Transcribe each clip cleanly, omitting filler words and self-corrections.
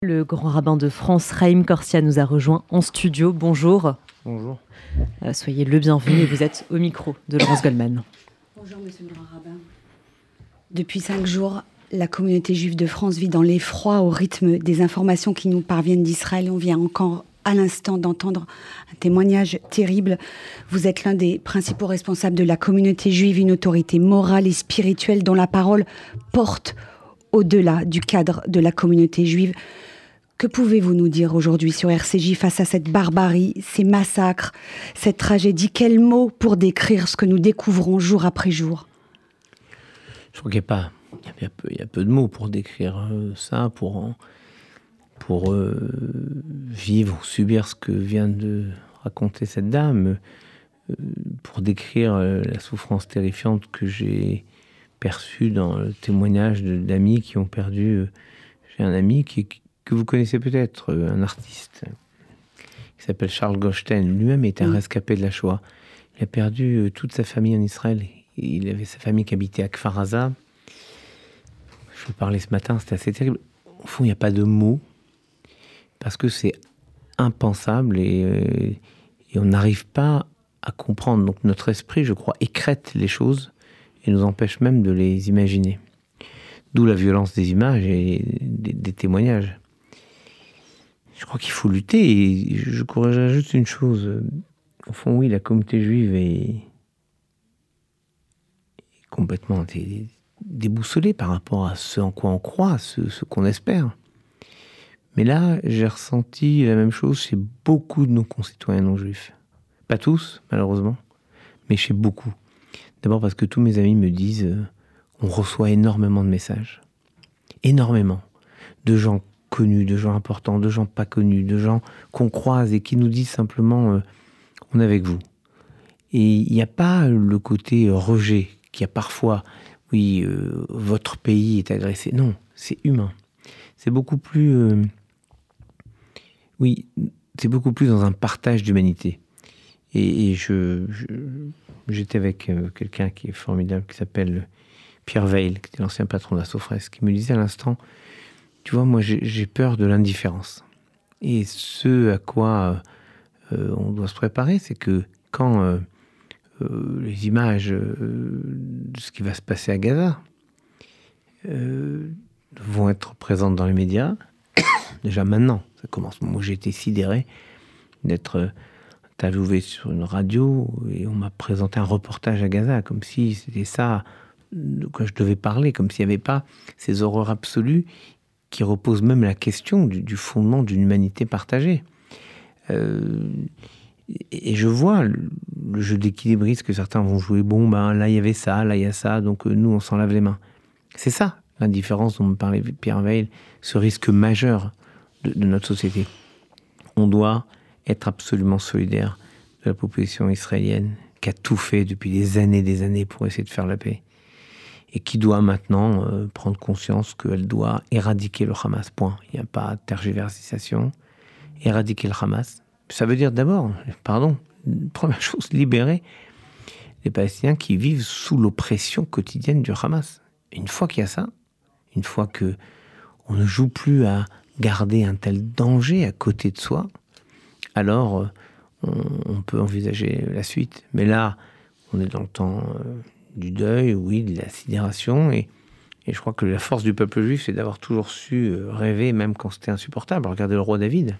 Le grand rabbin de France, Raïm Korsia, nous a rejoint en studio. Bonjour. Bonjour. Soyez le bienvenu et vous êtes au micro de Laurence Goldman. Bonjour monsieur le grand rabbin. Depuis 5 jours, la communauté juive de France vit dans l'effroi au rythme des informations qui nous parviennent d'Israël. On vient encore à l'instant d'entendre un témoignage terrible. Vous êtes l'un des principaux responsables de la communauté juive, une autorité morale et spirituelle dont la parole porte au-delà du cadre de la communauté juive. Que pouvez-vous nous dire aujourd'hui sur RCJ face à cette barbarie, ces massacres, cette tragédie? Quels mots pour décrire ce que nous découvrons jour après jour? Je crois qu'il y a peu de mots pour décrire ça, pour vivre, subir ce que vient de raconter cette dame, pour décrire la souffrance terrifiante que j'ai perçue dans le témoignage d'amis qui ont perdu. J'ai un ami que vous connaissez peut-être, un artiste qui s'appelle Charles Goldstein. Lui-même était un rescapé de la Shoah. Il a perdu toute sa famille en Israël. Il avait sa famille qui habitait à Kfar Aza. Je vous parlais ce matin, c'était assez terrible. Au fond, il n'y a pas de mots, parce que c'est impensable et on n'arrive pas à comprendre. Donc notre esprit, je crois, écrète les choses et nous empêche même de les imaginer. D'où la violence des images et des témoignages. Je crois qu'il faut lutter, et je corrigerai juste une chose. Au fond, oui, la communauté juive est complètement déboussolée par rapport à ce en quoi on croit, ce qu'on espère. Mais là, j'ai ressenti la même chose chez beaucoup de nos concitoyens non juifs. Pas tous, malheureusement, mais chez beaucoup. D'abord parce que tous mes amis me disent on reçoit énormément de messages. Énormément. De gens connus, de gens importants, de gens pas connus, de gens qu'on croise et qui nous disent simplement on est avec vous. Et il n'y a pas le côté rejet qu'il y a parfois, oui, votre pays est agressé. Non, c'est humain. C'est beaucoup plus... c'est beaucoup plus dans un partage d'humanité. Et j'étais avec quelqu'un qui est formidable, qui s'appelle Pierre Veil, qui était l'ancien patron de la Sofres, qui me disait à l'instant, tu vois, moi j'ai peur de l'indifférence. Et ce à quoi on doit se préparer, c'est que quand les images de ce qui va se passer à Gaza vont être présentes dans les médias, déjà maintenant, ça commence. Moi j'ai été sidéré d'être interviewé sur une radio et on m'a présenté un reportage à Gaza, comme si c'était ça de quoi je devais parler, comme s'il n'y avait pas ces horreurs absolues qui reposent même la question du fondement d'une humanité partagée. Et je vois le jeu d'équilibriste que certains vont jouer. Bon, ben là il y avait ça, là il y a ça, donc nous on s'en lave les mains. C'est ça l'indifférence dont me parlait Pierre Veil, ce risque majeur de notre société. On doit être absolument solidaire de la population israélienne qui a tout fait depuis des années pour essayer de faire la paix et qui doit maintenant prendre conscience qu'elle doit éradiquer le Hamas. Point. Il n'y a pas de tergiversation. Éradiquer le Hamas. Ça veut dire d'abord, première chose, libérer les Palestiniens qui vivent sous l'oppression quotidienne du Hamas. Une fois qu'il y a ça, une fois qu'on ne joue plus à garder un tel danger à côté de soi, alors on peut envisager la suite. Mais là, on est dans le temps du deuil, oui, de la sidération, et je crois que la force du peuple juif, c'est d'avoir toujours su rêver, même quand c'était insupportable. Regardez le roi David.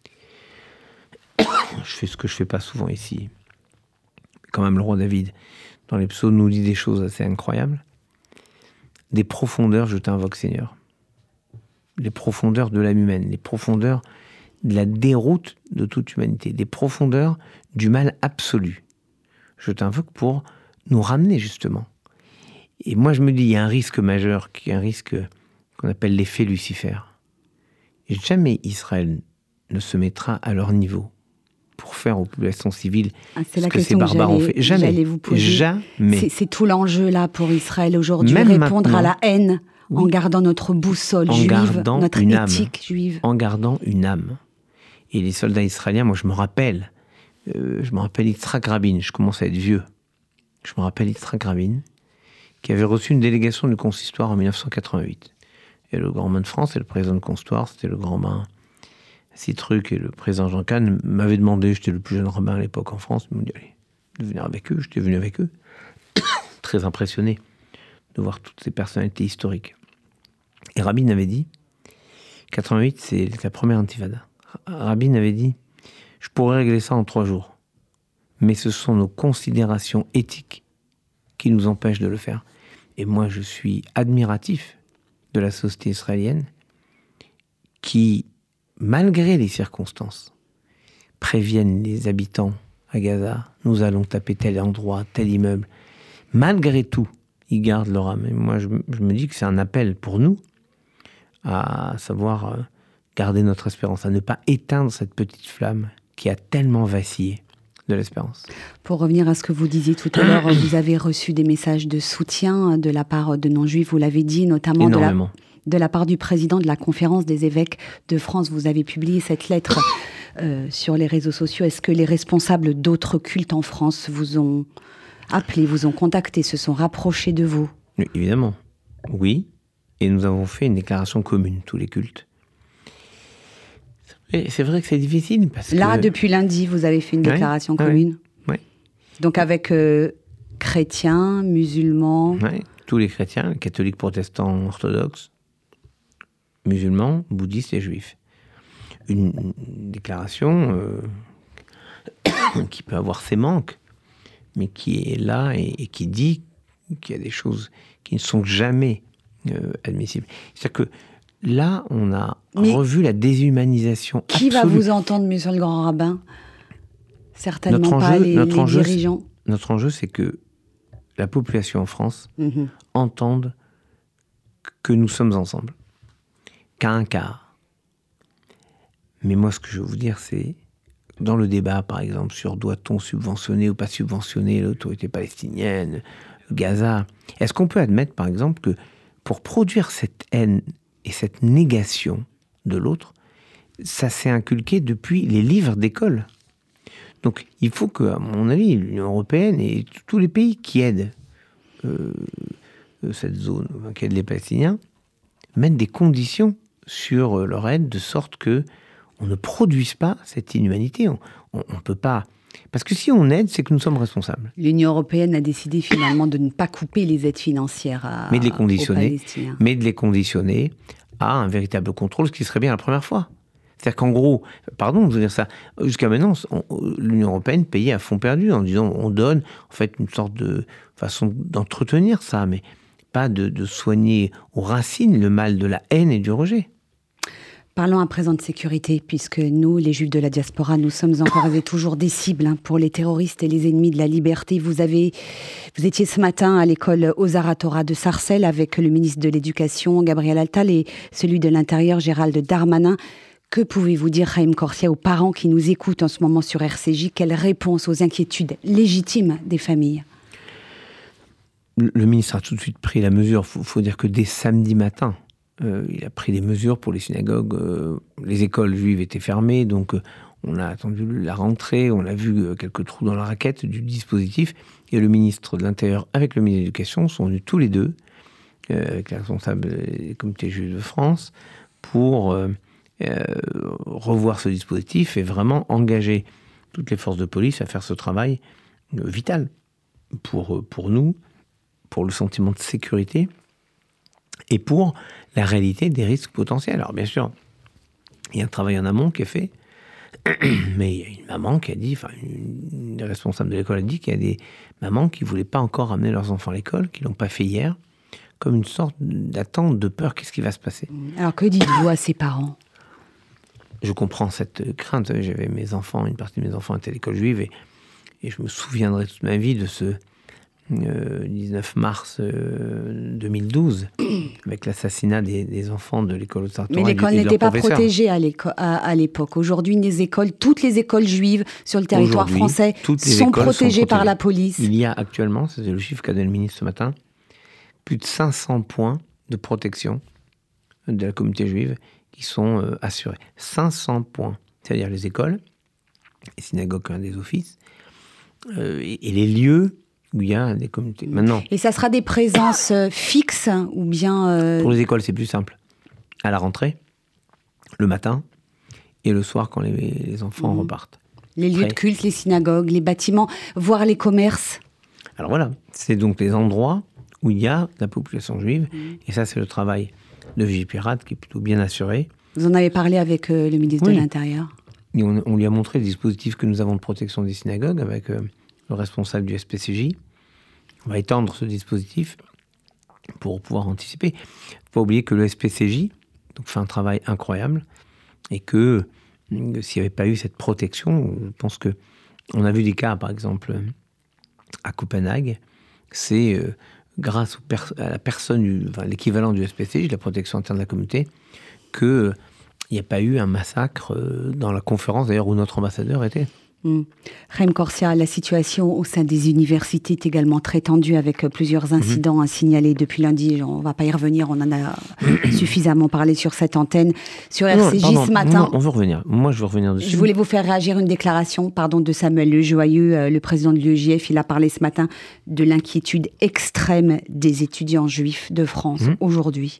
Je fais ce que je fais pas souvent ici. Quand même, le roi David, dans les psaumes, nous dit des choses assez incroyables. Des profondeurs, je t'invoque, Seigneur. Les profondeurs de l'âme humaine, les profondeurs de la déroute de toute humanité, des profondeurs du mal absolu. Je t'invoque pour nous ramener, justement. Et moi, je me dis, il y a un risque majeur, qui est un risque qu'on appelle l'effet Lucifer. Et jamais Israël ne se mettra à leur niveau pour faire aux populations civiles ce que ces barbares ont fait. Jamais. Vous poser. Jamais. C'est tout l'enjeu là pour Israël aujourd'hui, même répondre à la haine, oui, en gardant notre boussole juive, notre éthique juive. En gardant une âme. Et les soldats israéliens, moi je me rappelle Yitzhak Rabin, je commence à être vieux. Je me rappelle Yitzhak Rabin, qui avait reçu une délégation du consistoire en 1988. et le grand bain de France, et le président de Constoire, c'était le grand bain Citruc, et le président Jean Cagne m'avaient demandé, j'étais le plus jeune rabbin à l'époque en France, ils m'ont dit, allez, de venir avec eux, j'étais venu avec eux. Très impressionné de voir toutes ces personnalités historiques. Et Rabin avait dit, 88, c'est la première intifada. Rabin avait dit, je pourrais régler ça en 3 jours, mais ce sont nos considérations éthiques qui nous empêchent de le faire. Et moi, je suis admiratif de la société israélienne qui, malgré les circonstances, préviennent les habitants à Gaza, nous allons taper tel endroit, tel immeuble. Malgré tout, ils gardent leur âme. Et moi, je me dis que c'est un appel pour nous à savoir garder notre espérance, à ne pas éteindre cette petite flamme qui a tellement vacillé de l'espérance. Pour revenir à ce que vous disiez tout à l'heure, vous avez reçu des messages de soutien de la part de non-juifs, vous l'avez dit, notamment de la part du président de la conférence des évêques de France. Vous avez publié cette lettre sur les réseaux sociaux. Est-ce que les responsables d'autres cultes en France vous ont appelé, vous ont contacté, se sont rapprochés de vous? Oui, évidemment, oui. Et nous avons fait une déclaration commune, tous les cultes. Et c'est vrai que c'est difficile parce Là, que... depuis lundi, vous avez fait une déclaration commune. Oui. Donc avec chrétiens, musulmans... Oui, tous les chrétiens, catholiques, protestants, orthodoxes, musulmans, bouddhistes et juifs. Une déclaration qui peut avoir ses manques, mais qui est là et qui dit qu'il y a des choses qui ne sont jamais admissibles. C'est-à-dire que là, on a revu la déshumanisation absolue. Qui va vous entendre, monsieur le grand rabbin? Certainement pas les dirigeants. Notre enjeu, c'est que la population en France entende que nous sommes ensemble. Qu'à un quart. Mais moi, ce que je veux vous dire, c'est, dans le débat, par exemple, sur doit-on subventionner ou pas subventionner l'autorité palestinienne, Gaza, est-ce qu'on peut admettre, par exemple, que pour produire cette haine et cette négation de l'autre, ça s'est inculqué depuis les livres d'école. Donc il faut que, à mon avis, l'Union européenne et tous les pays qui aident cette zone, qui aident les Palestiniens, mettent des conditions sur leur aide de sorte que on ne produise pas cette inhumanité. On ne peut pas... Parce que si on aide, c'est que nous sommes responsables. L'Union européenne a décidé finalement de ne pas couper les aides financières aux Palestiniens. Mais de les conditionner à un véritable contrôle, ce qui serait bien la première fois. C'est-à-dire qu'en gros, pardon de vous dire ça, jusqu'à maintenant, l'Union européenne payait à fond perdu en disant on donne en fait une sorte de façon d'entretenir ça, mais pas de soigner aux racines le mal de la haine et du rejet. Parlons à présent de sécurité, puisque nous, les Juifs de la diaspora, nous sommes encore et toujours des cibles pour les terroristes et les ennemis de la liberté. Vous étiez ce matin à l'école Ozar Torah de Sarcelles avec le ministre de l'Éducation, Gabriel Attal, et celui de l'Intérieur, Gérald Darmanin. Que pouvez-vous dire, Haïm Korsia, aux parents qui nous écoutent en ce moment sur RCJ? Quelle réponse aux inquiétudes légitimes des familles? Le ministre a tout de suite pris la mesure. Il faut dire que dès samedi matin, il a pris des mesures pour les synagogues. Les écoles juives étaient fermées, donc on a attendu la rentrée. On a vu quelques trous dans la raquette du dispositif. Et le ministre de l'Intérieur avec le ministre de l'Éducation sont venus tous les deux, avec la responsable des comités juifs de France, pour revoir ce dispositif et vraiment engager toutes les forces de police à faire ce travail vital pour nous, pour le sentiment de sécurité et pour la réalité des risques potentiels. Alors bien sûr, il y a un travail en amont qui est fait, mais il y a une maman qui a dit, enfin une des responsables de l'école a dit qu'il y a des mamans qui ne voulaient pas encore amener leurs enfants à l'école, qui ne l'ont pas fait hier, comme une sorte d'attente, de peur, qu'est-ce qui va se passer? Alors que dites-vous à ces parents? Je comprends cette crainte. J'avais mes enfants, une partie de mes enfants étaient à l'école juive, et je me souviendrai toute ma vie de ce 19 mars 2012, avec l'assassinat des enfants de l'école Ozar Torah. Mais l'école n'était pas protégée à l'époque. Aujourd'hui, toutes les écoles juives sur le territoire français sont protégées par la police. Il y a actuellement, c'est le chiffre qu'a donné le ministre ce matin, plus de 500 points de protection de la communauté juive qui sont assurés. 500 points. C'est-à-dire les écoles, les synagogues, des offices, et les lieux où il y a des communautés. Maintenant, et ça sera des présences fixes ou bien... Pour les écoles, c'est plus simple. à la rentrée, le matin, et le soir quand les enfants repartent. Les lieux de culte, les synagogues, les bâtiments, voire les commerces. Alors voilà, c'est donc les endroits où il y a la population juive, et ça c'est le travail de Vigipirate qui est plutôt bien assuré. Vous en avez parlé avec le ministre de l'Intérieur. Et on lui a montré le dispositif que nous avons de protection des synagogues avec le responsable du SPCJ. On va étendre ce dispositif pour pouvoir anticiper. Il ne faut pas oublier que le SPCJ donc, fait un travail incroyable et que s'il n'y avait pas eu cette protection, je pense qu'on a vu des cas, par exemple, à Copenhague, c'est grâce à la personne, l'équivalent du SPCJ, de la protection interne de la communauté, qu'il n'y a pas eu un massacre dans la conférence, d'ailleurs, où notre ambassadeur était. Chaim Corsia, la situation au sein des universités est également très tendue avec plusieurs incidents à signaler depuis lundi. On ne va pas y revenir, on en a suffisamment parlé sur cette antenne. Sur RCJ ce matin... Non, on veut revenir. Moi, je veux revenir dessus. Je voulais vous faire réagir une déclaration de Samuel Lejoyeux, le président de l'UEJF. Il a parlé ce matin de l'inquiétude extrême des étudiants juifs de France aujourd'hui.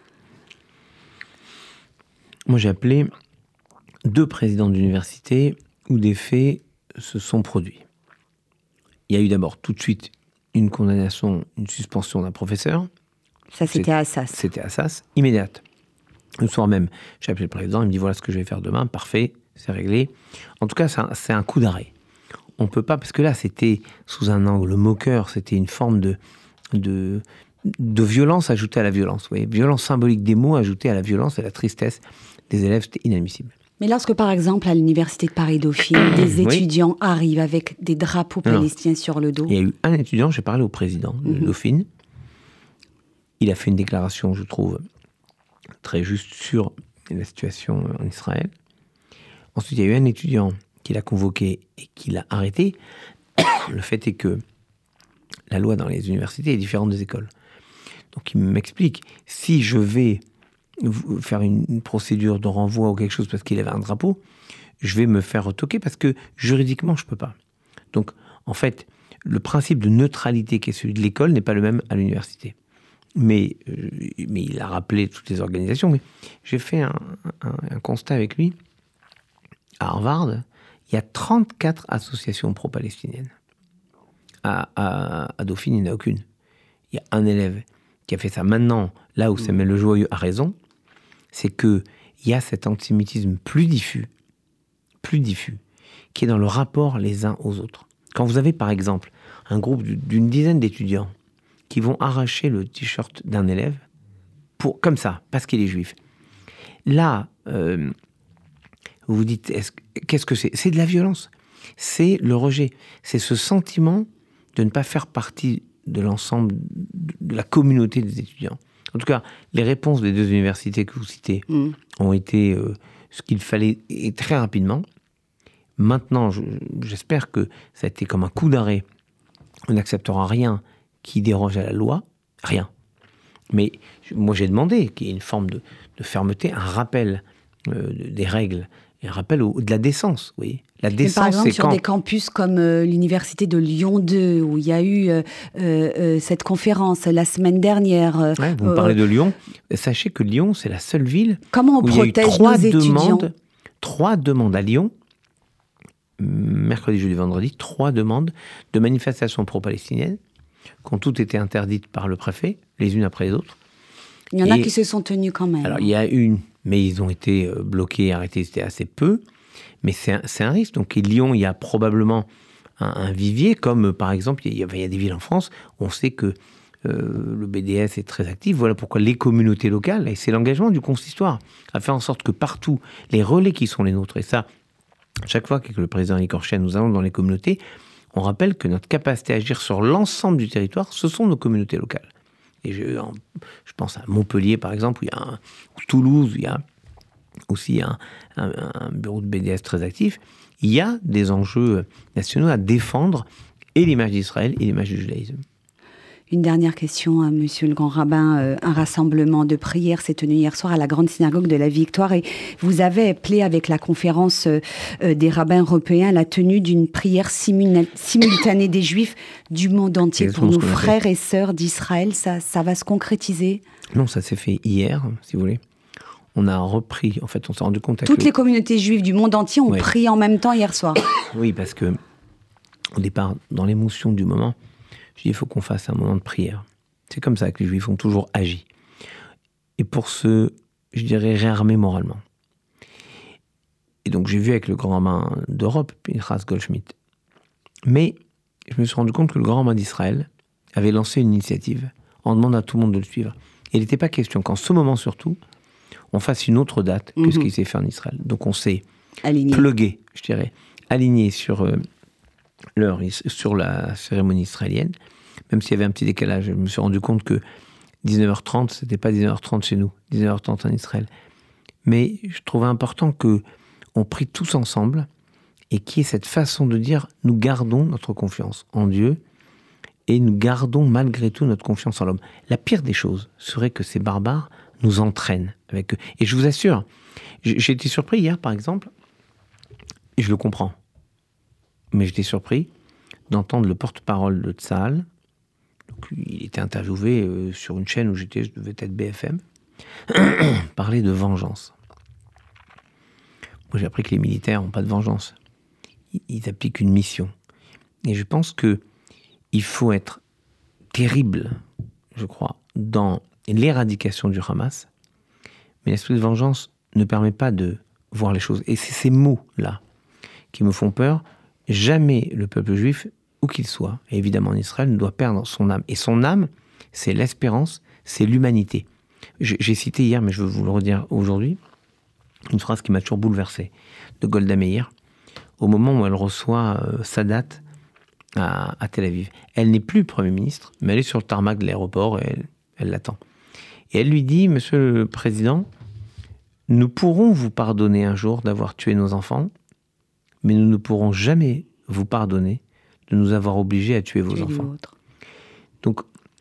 Moi, j'ai appelé 2 présidents d'université où des faits se sont produits. Il y a eu d'abord tout de suite une condamnation, une suspension d'un professeur. Ça, c'était à Assas. C'était à Assas, immédiate. Le soir même, j'ai appelé le président, il me dit voilà ce que je vais faire demain, parfait, c'est réglé. En tout cas, c'est un coup d'arrêt. On ne peut pas, parce que là, c'était sous un angle moqueur, c'était une forme de violence ajoutée à la violence. Vous voyez, violence symbolique des mots ajoutée à la violence et à la tristesse des élèves, c'était inadmissible. Mais lorsque, par exemple, à l'université de Paris-Dauphine, des étudiants arrivent avec des drapeaux palestiniens sur le dos... Il y a eu un étudiant, j'ai parlé au président de Dauphine, il a fait une déclaration, je trouve, très juste sur la situation en Israël. Ensuite, il y a eu un étudiant qui l'a convoqué et qui l'a arrêté. Le fait est que la loi dans les universités est différente des écoles. Donc il m'explique, si je vais faire une procédure de renvoi ou quelque chose parce qu'il avait un drapeau, je vais me faire retoquer parce que juridiquement, je ne peux pas. Donc, en fait, le principe de neutralité qui est celui de l'école n'est pas le même à l'université. Mais il a rappelé toutes les organisations. Mais j'ai fait un constat avec lui. À Harvard, il y a 34 associations pro-palestiniennes. À Dauphine, il n'y en a aucune. Il y a un élève qui a fait ça. Maintenant, là où Samuel Lejoyeux a raison, c'est qu'il y a cet antisémitisme plus diffus, qui est dans le rapport les uns aux autres. Quand vous avez, par exemple, un groupe d'une dizaine d'étudiants qui vont arracher le t-shirt d'un élève, comme ça, parce qu'il est juif, là, vous vous dites, qu'est-ce que c'est ? C'est de la violence. C'est le rejet. C'est ce sentiment de ne pas faire partie de l'ensemble de la communauté des étudiants. En tout cas, les réponses des 2 universités que vous citez ont été ce qu'il fallait, et très rapidement. Maintenant, j'espère que ça a été comme un coup d'arrêt. On n'acceptera rien qui déroge à la loi, rien. Mais moi, j'ai demandé qu'il y ait une forme de fermeté, un rappel des règles, et un rappel de la décence, vous voyez. La décence, par exemple, sur des campus comme l'université de Lyon 2, où il y a eu cette conférence la semaine dernière. Vous me parlez de Lyon. Sachez que Lyon, c'est la seule ville comment on où protège il y a eu 3 nos étudiants. 3 demandes à Lyon, mercredi, jeudi, vendredi, 3 demandes de manifestations pro-palestiniennes qui ont toutes été interdites par le préfet, les unes après les autres. Il y en a qui se sont tenus quand même. Alors, il y a une, mais ils ont été bloqués, arrêtés, c'était assez peu. Mais c'est un risque. Donc, à Lyon, il y a probablement un vivier, comme par exemple, il y a des villes en France où on sait que le BDS est très actif. Voilà pourquoi les communautés locales, et c'est l'engagement du consistoire, à faire en sorte que partout, les relais qui sont les nôtres, et ça, chaque fois que le président Eli Korchen, nous allons dans les communautés, on rappelle que notre capacité à agir sur l'ensemble du territoire, ce sont nos communautés locales. Et je pense à Montpellier, par exemple, ou Toulouse, où il y a aussi un bureau de BDS très actif. Il y a des enjeux nationaux à défendre, et l'image d'Israël et l'image du judaïsme. Une dernière question à Monsieur le Grand Rabbin. Un rassemblement de prière s'est tenu hier soir à la Grande Synagogue de la Victoire et vous avez appelé avec la conférence des rabbins européens la tenue d'une prière simultanée des Juifs du monde entier pour nos frères et sœurs d'Israël. Ça va se concrétiser ? Non, ça s'est fait hier, si vous voulez. on a repris, en fait, on s'est rendu compte... Toutes les communautés juives du monde entier ont prié en même temps hier soir. Oui, parce que au départ, dans l'émotion du moment, je dis il faut qu'on fasse un moment de prière. C'est comme ça que les Juifs ont toujours agi. Et pour se, je dirais, réarmer moralement. Et donc j'ai vu avec le grand rabbin d'Europe, Pinchas Goldschmidt. Mais je me suis rendu compte que le grand rabbin d'Israël avait lancé une initiative en demandant à tout le monde de le suivre. Et il n'était pas question qu'en ce moment surtout, on fasse une autre date que ce qui s'est fait en Israël. Donc on s'est plugué, je dirais, aligné sur l'heure, sur la cérémonie israélienne. Même s'il y avait un petit décalage, je me suis rendu compte que 19h30, c'était pas 19h30 chez nous, 19h30 en Israël. Mais je trouvais important qu'on prie tous ensemble et qu'il y ait cette façon de dire nous gardons notre confiance en Dieu et nous gardons malgré tout notre confiance en l'homme. La pire des choses serait que ces barbares nous entraînent avec eux. Et je vous assure, j'ai été surpris hier par exemple, et je le comprends, mais j'étais surpris d'entendre le porte-parole de Tsahal. Donc, il était interviewé sur une chaîne où je devais être BFM, parler de vengeance. Moi, j'ai appris que les militaires n'ont pas de vengeance. Ils appliquent une mission. Et je pense qu'il faut être terrible, je crois, dans l'éradication du Hamas. Mais l'esprit de vengeance ne permet pas de voir les choses. Et c'est ces mots-là qui me font peur. Jamais le peuple juif, où qu'il soit, et évidemment en Israël, ne doit perdre son âme. Et son âme, c'est l'espérance, c'est l'humanité. J'ai cité hier, mais je veux vous le redire aujourd'hui, une phrase qui m'a toujours bouleversé, de Golda Meir, au moment où elle reçoit Sadat à Tel Aviv. Elle n'est plus Premier ministre, mais elle est sur le tarmac de l'aéroport et elle l'attend. Et elle lui dit, Monsieur le Président, nous pourrons vous pardonner un jour d'avoir tué nos enfants, mais nous ne pourrons jamais vous pardonner de nous avoir obligés à tuer vos enfants. Donc,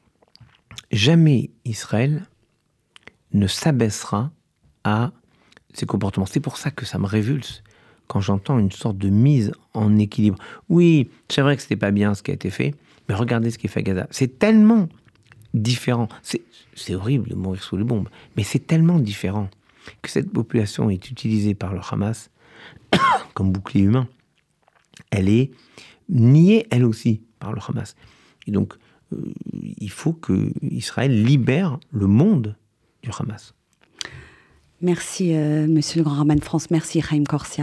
jamais Israël ne s'abaissera à ces comportements. C'est pour ça que ça me révulse quand j'entends une sorte de mise en équilibre. Oui, c'est vrai que c'était pas bien ce qui a été fait, mais regardez ce qui est fait à Gaza. C'est tellement différent. C'est horrible de mourir sous les bombes, mais c'est tellement différent que cette population est utilisée par le Hamas comme bouclier humain. Elle est niée, elle aussi, par le Hamas. Et donc, il faut que Israël libère le monde du Hamas. Merci, Monsieur le Grand Rabbin de France. Merci, Chaim Corsia.